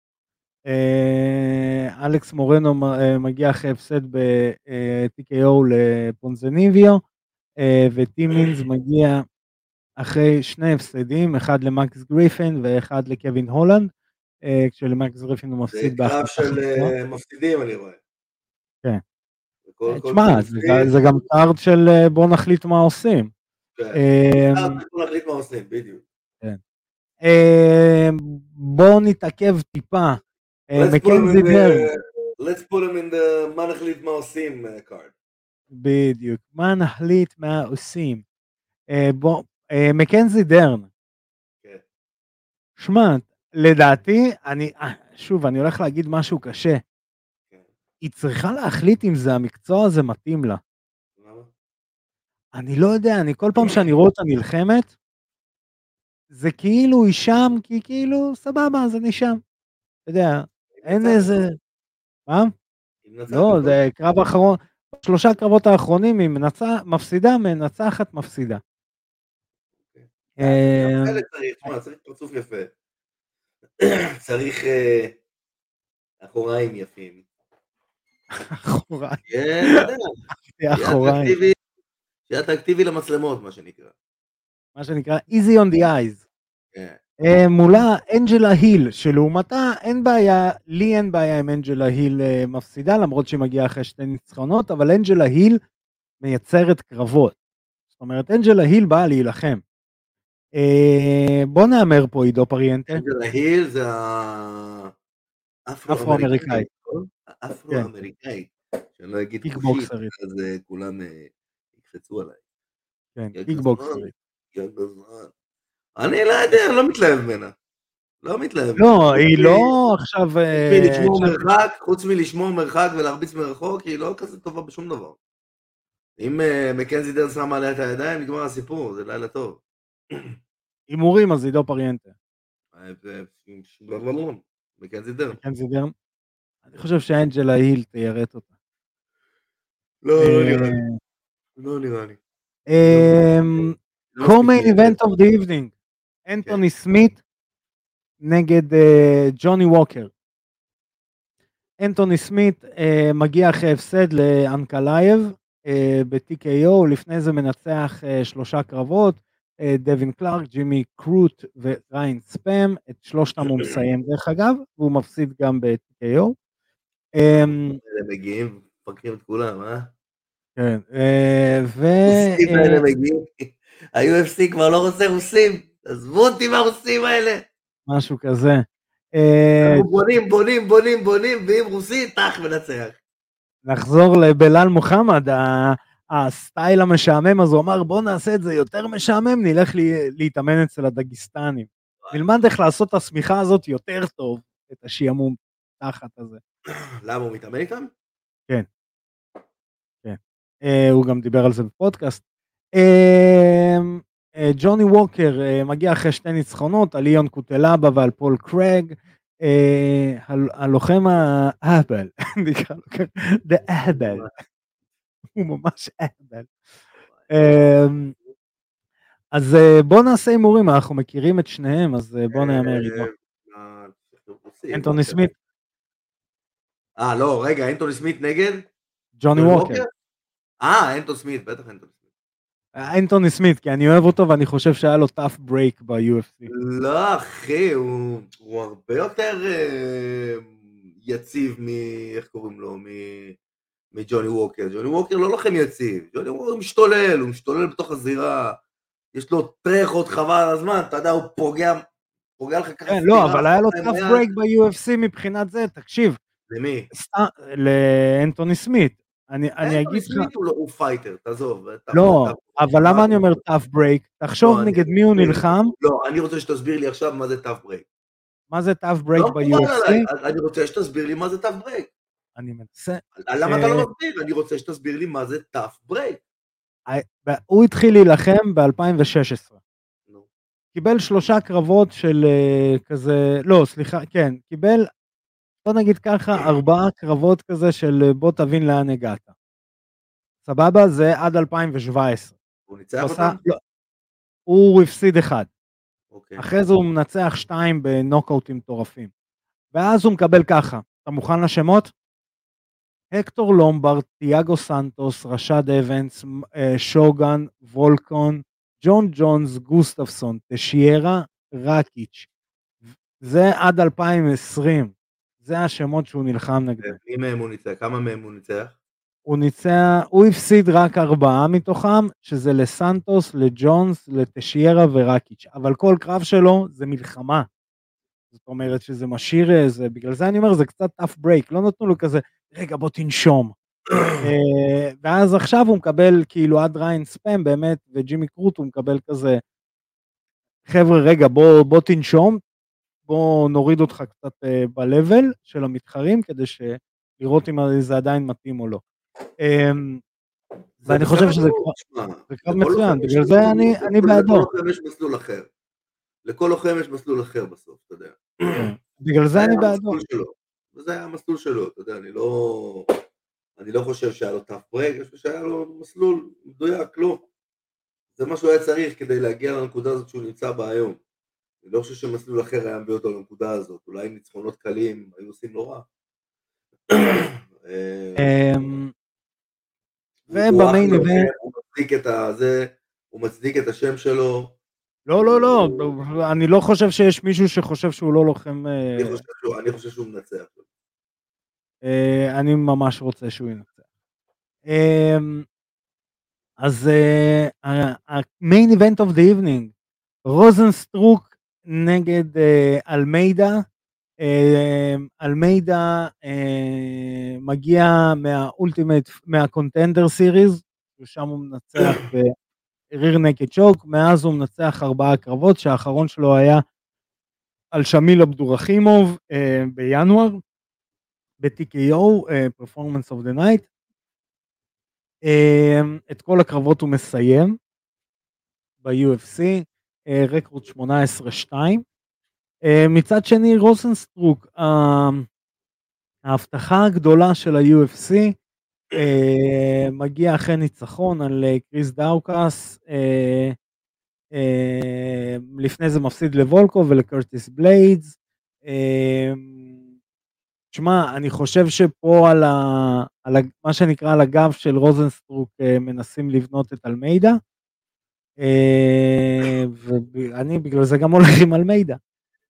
אלכס מורנו מגיע אחרי הפסד ב-TKO לפונזניביו, וטים מינס מגיע אחרי שני הפסדים, אחד למקס גריפין ואחד לקווין הולנד, כשלמקס גריפין הוא מפסיד בהחלטה. זה קרב של מפסידים אני רואה. כן. תשמע, זה גם קארד של בוא נחליט מה עושים. בוא נחליט מה עושים, בדיוק. בוא נתעכב טיפה. מקנזי דרן. Let's put him in the מה נחליט מה עושים card. בדיוק, מה נחליט מה עושים. מקנזי דרן. שמע, לדעתי, שוב, אני הולך להגיד משהו קשה. היא צריכה להחליט אם זה המקצוע הזה מתאים לה. אני לא יודע, כל פעם שאני רואה אותה נלחמת, זה כאילו היא שם, כי כאילו סבבה, אז אני שם. אתה יודע, אין איזה... מה? לא, זה קרב האחרון, 3 קרבות האחרונים היא מפסידה, מנצחת, מפסידה. צריך פרצוף יפה. צריך אחוריים יפים. אחוריים. שיהיה אטרקטיבי למצלמות, מה שנקרא. מה שנקרא easy on the eyes. מולה אנג'לה היל, שלעומתה אין בעיה, לי אין בעיה עם אנג'לה היל מפסידה, למרות שהיא מגיעה אחרי 2 ניצחונות, אבל אנג'לה היל מייצרת קרבות. זאת אומרת, אנג'לה היל באה להילחם. בוא נאמר פה עידו פריאנטה. אנג'לה היל זה אפרו-אמריקאית. אפרו-אמריקאית. שאני לא אגיד קיקבוקסרית. אז כולם יקחצו עליי. כן, קיקבוקסרית. אני לא יודע, לא מתלהב ממנה. לא מתלהב. לא, היא לא עכשיו... חוץ מלשמור מרחק ולהרביץ מרחוק, היא לא כזה טובה בשום דבר. אם מקנזי דרן שמה עליה את הידיים, נגמר הסיפור, זה לילה טוב. הימורים, אז עידו פריאנטה. מקנזי דרן. מקנזי דרן. אני חושב שאנג'לה היל תיירט אותה. לא נראה לי. co-main event of the evening. אנטוני סמית נגד ג'וני ווקר. אנטוני סמית מגיע אחרי הפסד לאנקלייב ב-TKO, לפני זה מנצח 3 קרבות, דווין קלארק, ג'ימי קרוט וריין ספאם, את שלושתם הוא מסיים דרך אגב, והוא מפסיד גם ב-TKO. אלה מגיעים, מפרקים את כולם, אה? כן, רוסים האלה מגיעים, ה-UFC כבר לא רוצה רוסים, עזבו אותי מהרוסים האלה. משהו כזה. בונים, ואם רוסי, תח מנצח. נחזור לבלאל מוחמד, הסטייל המשעמם, אז הוא אמר בוא נעשה את זה יותר משעמם, נלך להתאמן אצל הדגיסטנים. נלמד איך לעשות את הסמיכה הזאת יותר טוב, את השיעמום תחת הזה. למה הוא מתאמן איתם? כן. הוא גם דיבר על זה בפודקאסט. ג'וני ווקר מגיע אחרי 2 ניצחונות, על ליאון קוטלאבה ועל פול קרג, הלוחם האהבל, נקרא לו ככה, The אהבל, הוא ממש אהבל. אז בוא נעשה הימורים, אנחנו מכירים את שניהם, אז בוא נאמר איתו. אנטוני סמית. לא, רגע, אנטוני סמית נגד? ג'וני ווקר. אנטוני סמית, בטח אנטוני סמית. אנטוני סמית, כי אני אוהב אותו ואני חושב שהיה לו tough break ב-UFC. לא, אחי, הוא הרבה יותר יציב איך קוראים לו, מג'וני ווקר. ג'וני ווקר לא לוחם יציב, ג'וני ווקר הוא משתולל בתוך הזירה, יש לו טרחות חבל על הזמן, אתה יודע, הוא פוגע לך ככה. כן, לא, אבל היה לו tough break ב-UFC מבחינת זה, תקשיב. למי? לאנטוני סמית. אני אגיד לך... אנטוני סמית הוא פייטר, תעזוב. לא, אבל למה אני אומר tough break? תחשוב נגד מי הוא נלחם. לא, אני רוצה שתסביר לי עכשיו מה זה tough break. מה זה tough break ב-UFC? אני רוצה שתסביר לי מה זה tough break. אני מנסה. למה אתה לא מסביר? אני רוצה שתסביר לי מה זה tough break. הוא התחיל להילחם ב-2016. קיבל 3 קרבות של כזה, לא, סליחה, כן, קיבל, בוא נגיד ככה, 4 קרבות כזה של בוא תבין לאן הגעת. סבבה? זה עד 2017. הוא ניצח אותם? לא, הוא הפסיד 1. אוקיי. אחרי זה הוא מנצח 2 בנוקאוטים מטורפים. ואז הוא מקבל ככה, אתה מוכן לשמות? הקטור לומברד, תיאגו סנטוס, רשד אבנס, שוגן, וולקון, ג'ון ג'ונס, גוסטפסון, תשיירה, רקיץ'. זה עד 2020. זה השמות שהוא נלחם נגדם. מי מהם הוא ניצח? כמה מהם הוא ניצח? הוא הפסיד רק 4 מתוכם, שזה לסנטוס, לג'ונס, לתשיירה ורקיץ'. אבל כל קרב שלו זה מלחמה. זאת אומרת שזה משאיר איזה, בגלל זה אני אומר, זה קצת tough break, לא נתנו לו כזה, רגע בוא תנשום. ואז עכשיו הוא מקבל כאילו עד ריין ספאם באמת, וג'ימי קרוט הוא מקבל כזה, חבר'ה רגע בוא תנשום, בוא נוריד אותך קצת ב-level של המתחרים, כדי לראות אם זה עדיין מתאים או לא. ואני חושב שזה קרב מצוין, בגלל זה אני בעדו. לכל לוחם יש מסלול אחר. לכל לוחם יש מסלול אחר בסוף, אתה יודע. בגלל זה אני בעדו. וזה היה המסלול שלו, אתה יודע, אני לא חושב שהיה לו tough break, אני חושב שהיה לו מסלול מדויק, לא. זה מה שהוא היה צריך כדי להגיע לנקודה הזאת שהוא נמצא בה היום. אני לא חושב שמסלול אחר היה מביא אותו לנקודה הזאת, אולי ניצחונות קלים היו עושים לא רע. ובמיין איבנט הוא מצדיק את השם שלו. לא, אני לא חושב שיש מישהו שחושב שהוא לא לוחם. אני חושב שהוא מנצח. אני ממש רוצה שהוא ינצח. אז המיין איבנט אוף דה איבנינג, רוזנסטרוק נגד אלמיידה. אלמיידה מגיע מהקונטנדר סיריז, ושם הוא מנצח בריר נקד צ'וק, מאז הוא מנצח 4 קרבות, שהאחרון שלו היה על שמיל אבדורחימוב בינואר, ב-TKO, Performance of the Night. את כל הקרבות הוא מסיים ב-UFC, רקורד 18-2. מצד שני רוזנסטרוק, ההבטחה הגדולה של ה-UFC, מגיע אחרי ניצחון על קריס דאוקס, לפני זה מפסיד לוולקו ולקרטיס בליידס. תשמע, אני חושב שפה מה שנקרא על הגב של רוזנסטרוק מנסים לבנות את אלמיידה, ואני בגלל זה גם הולך עם אלמיידה.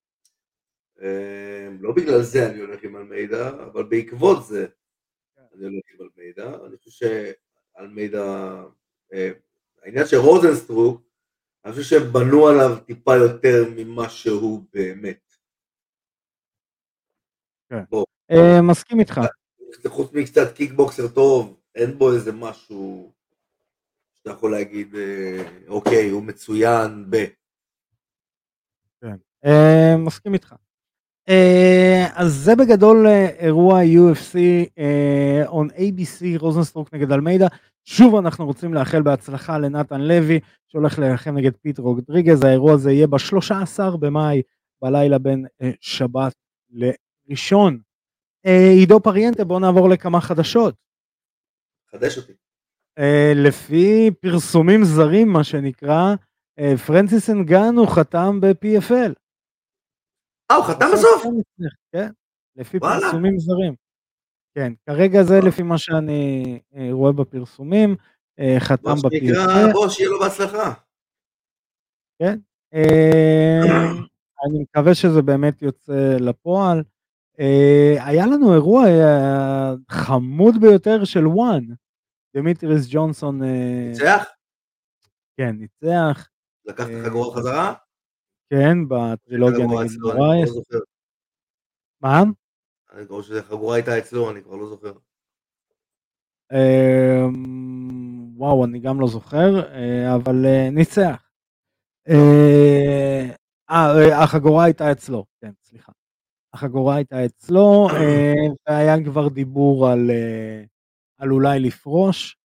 לא בגלל זה אני הולך עם אלמיידה, אבל בעקבות זה אני הולך עם אלמיידה. אני חושב שאלמיידה, העניין של רוזנסטרוק, אני חושב שהם בנו עליו טיפה יותר ממה שהוא באמת. כן. בוא. מסכים איתך. חוץ מקצת קיקבוקסר טוב, אין בו איזה משהו שאתה יכול להגיד, אוקיי, הוא מצוין כן. מסכים איתך. אז זה בגדול אירוע UFC on ABC, רוזנסטרוק נגד אלמיידה. שוב אנחנו רוצים לאחל בהצלחה לנתן לוי, שהולך להילחם נגד פיט רודריגז. האירוע הזה יהיה ב-13 במאי, בלילה בין שבת לראשון. עידו פריאנטה, בוא נעבור לכמה חדשות. חדש אותי. לפי פרסומים זרים, מה שנקרא, פרנסיס אנגאנו חתם ב-PFL. הוא חתם בסוף? כן, לפי פרסומים זרים. כן, כרגע זה לפי מה שאני רואה בפרסומים, חתם ב-PFL. בוא, שיהיה לו בהצלחה. כן, אני מקווה שזה באמת יוצא לפועל. היה לנו אירוע חמוד ביותר של וואן. דמיטריס ג'ונסון ניצח? כן, ניצח. לקח את החגורה חזרה? כן, בטרילוגיה נגד מורייס. מה? אני קורא שזה חגורה הייתה אצלו, אני כבר לא זוכר. וואו, אני גם לא זוכר, אבל ניצח. החגורה הייתה אצלו, כן, סליחה. החגורה הייתה אצלו, והיה כבר דיבור על אולי לפרוש.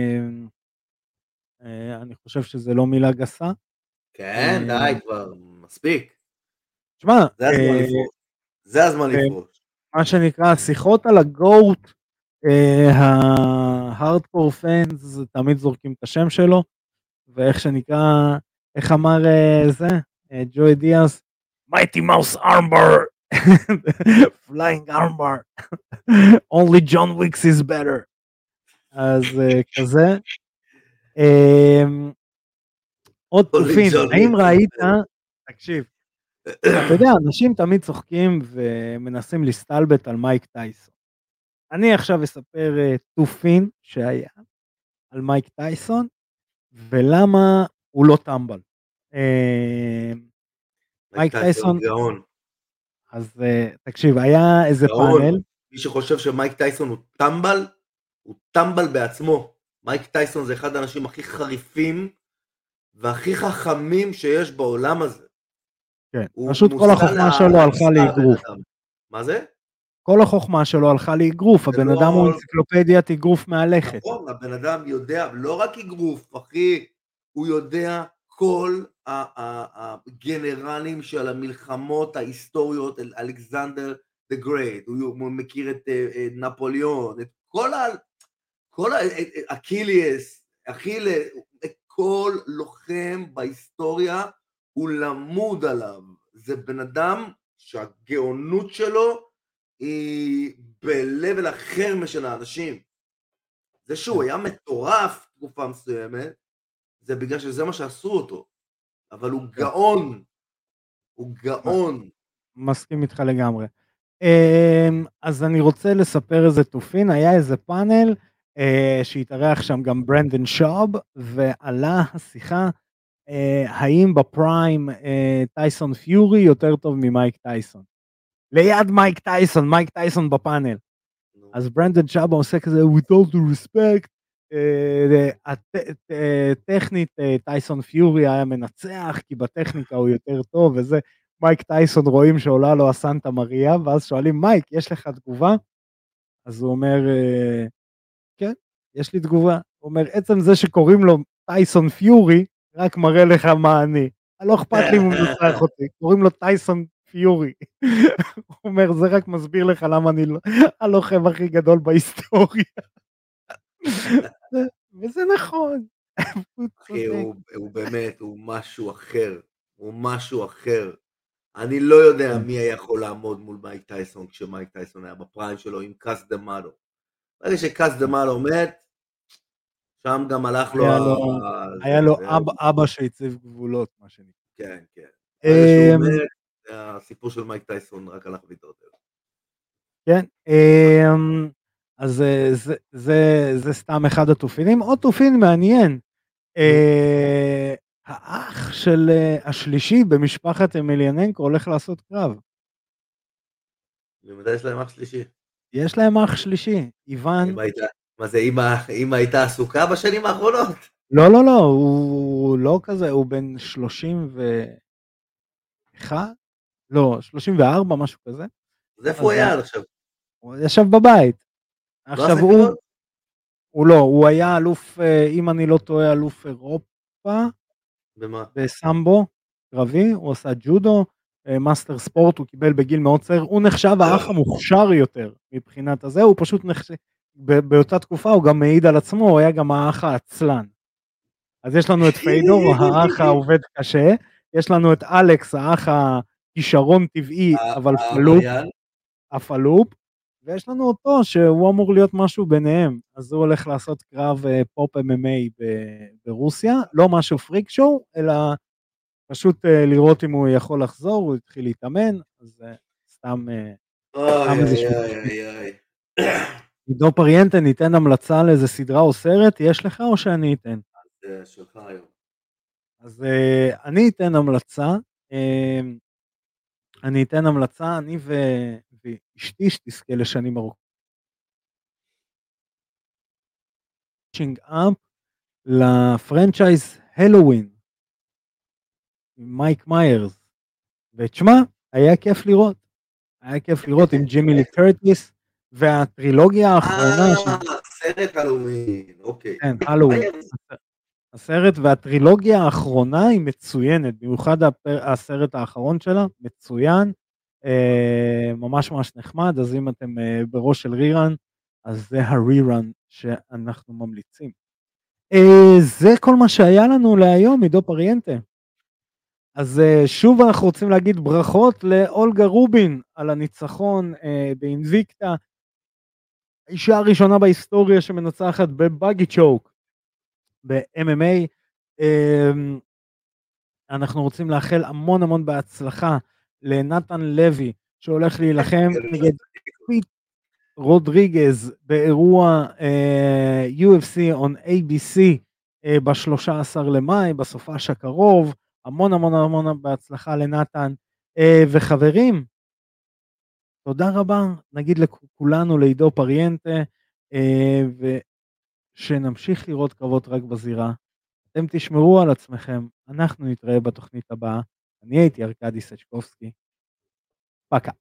אני חושב שזה לא מילה גסה. כן, די כבר, מספיק. תשמע, זה הזמן לפרוש. מה שנקרא, שיחות על הגוט, ההארדקור פאנס תמיד זורקים את השם שלו, ואיך שנקרא, איך אמר זה, ג'וי דיאס, Mighty Mouse Armbar, Flying Armbar, Only John Wicks is better. אז כזה. עוד תופין, האם ראית, תקשיב, אתה יודע, אנשים תמיד צוחקים ומנסים להסתלבט על מייק טייסון. אני עכשיו אספר תופין שהיה על מייק טייסון, ולמה הוא לא טמבל. מייק טייסון גאון. אז תקשיב, היה איזה פאנל. מי שחושב שמייק טייסון הוא טמבל בעצמו. מייק טייסון זה אחד האנשים הכי חריפים, והכי חכמים שיש בעולם הזה. כן, פשוט כל החוכמה שלו הלכה לאגרוף. מה זה? כל החוכמה שלו הלכה לאגרוף, הבן אדם הוא אנציקלופדיית אגרוף מהלכת. נכון, הבן אדם יודע, לא רק אגרוף, אחי, הוא יודע כל הגנרלים של המלחמות ההיסטוריות, אלכסנדר the Great, הוא מכיר את נפוליאון, את כל אקיליאס, כל לוחם בהיסטוריה הוא למוד עליו. זה בן אדם שהגאונות שלו היא בלבל אחר משל האנשים. זה שהוא היה מטורף תקופה מסוימת, זה בגלל שזה מה שעשו אותו. אבל הוא גאון. הוא גאון. מסכים איתך לגמרי. אז אני רוצה לספר איזה תופין, היה איזה פאנל, שהתארח שם גם ברנדן שוב, ועלה השיחה, האם בפריים טייסון פיורי יותר טוב ממייק טייסון. ליד מייק טייסון בפאנל. אז ברנדן שוב עושה כזה, with all due respect, טכנית טייסון פיורי היה מנצח, כי בטכניקה הוא יותר טוב, וזה מייק טייסון רואים שעולה לו הסנטה מריה, ואז שואלים, מייק, יש לך תגובה? אז הוא אומר, כן, יש לי תגובה. הוא אומר, עצם זה שקוראים לו טייסון פיורי, רק מראה לך מה אני. לא אכפת לי אם הוא מנצח אותי, קוראים לו טייסון פיורי. הוא אומר, זה רק מסביר לך למה אני הלוחם הכי גדול בהיסטוריה. וזה נכון. הוא באמת, הוא משהו אחר. הוא משהו אחר. אני לא יודע מי היה יכול לעמוד מול מייק טייסון כשמייק טייסון היה בפריים שלו עם קאס דה מאלו. ברגע שקאס דה מאלו מת, שם גם הלך לו היה לו אבא שהציב גבולות, מה שנקרא. כן, כן. ברגע שהוא מת, הסיפור של מייק טייסון רק הלך והתדרדר. כן, אז זה סתם אחד התופינים. עוד תופין מעניין, האח של השלישי במשפחת אמיליאננקו הולך לעשות קרב. ומתי יש להם אח שלישי? יש להם אח שלישי, איוון. מה זה, אמא הייתה עסוקה בשנים האחרונות? לא, הוא לא כזה, הוא בן 31? לא, 34, משהו כזה. אז איפה הוא היה עד עכשיו? הוא ישב בבית. עכשיו הוא היה אלוף, אם אני לא טועה, אלוף אירופה. במה? בסמבו, קרבי, הוא עשה ג'ודו, מאסטר ספורט, הוא קיבל בגיל מאוד צעיר, הוא נחשב האח המוכשר יותר מבחינת הזה, הוא פשוט נחשב, באותה תקופה הוא גם מעיד על עצמו, הוא היה גם האח העצלן. אז יש לנו את פיידור, האח העובד קשה, יש לנו את אלכס, האח הכישרון טבעי, אבל פלופ, ויש לנו אותו שהוא אמור להיות משהו ביניהם, אז הוא הולך לעשות קרב פופ MMA ברוסיה, לא משהו פריק שואו, אלא פשוט לראות אם הוא יכול לחזור, הוא התחיל להתאמן, אז סתם עידו פריאנטה, ניתן המלצה לאיזה סדרה או סרט, יש לך או שאני אתן? זה שלך היום. אז אני אתן המלצה, אני ואשתי שתזכה לשנים ארוכות. אפ לפרנצ'ייז הלואוין, מייק מיירס, ותשמע, היה כיף לראות עם ג'ימי לי קרטיס, והטרילוגיה האחרונה, סרט הלואוין, אוקיי. כן, הלואוין. הסרט והטרילוגיה האחרונה היא מצוינת, במיוחד הסרט האחרון שלה, מצוין, ממש ממש נחמד, אז אם אתם בראש של רירן, אז זה הרירן שאנחנו ממליצים. זה כל מה שהיה לנו להיום, עידו פריאנטה. אז שוב אנחנו רוצים להגיד ברכות לאולגה רובין על הניצחון באינביקטה, האישה הראשונה בהיסטוריה שמנצחת בבאגי צ'וק ב-MMA. אנחנו רוצים לאחל המון המון בהצלחה לנתן לוי שהולך להילחם נגד פיט רודריגז באירוע UFC on ABC ב-13 למאי, בסופש הקרוב. המון המון המון בהצלחה לנתן, וחברים, תודה רבה, נגיד לכולנו, לעידו פריאנטה, ושנמשיך לראות קרבות רק בזירה. אתם תשמרו על עצמכם, אנחנו נתראה בתוכנית הבאה. אני הייתי ארקדי סצ'קובסקי, פקה.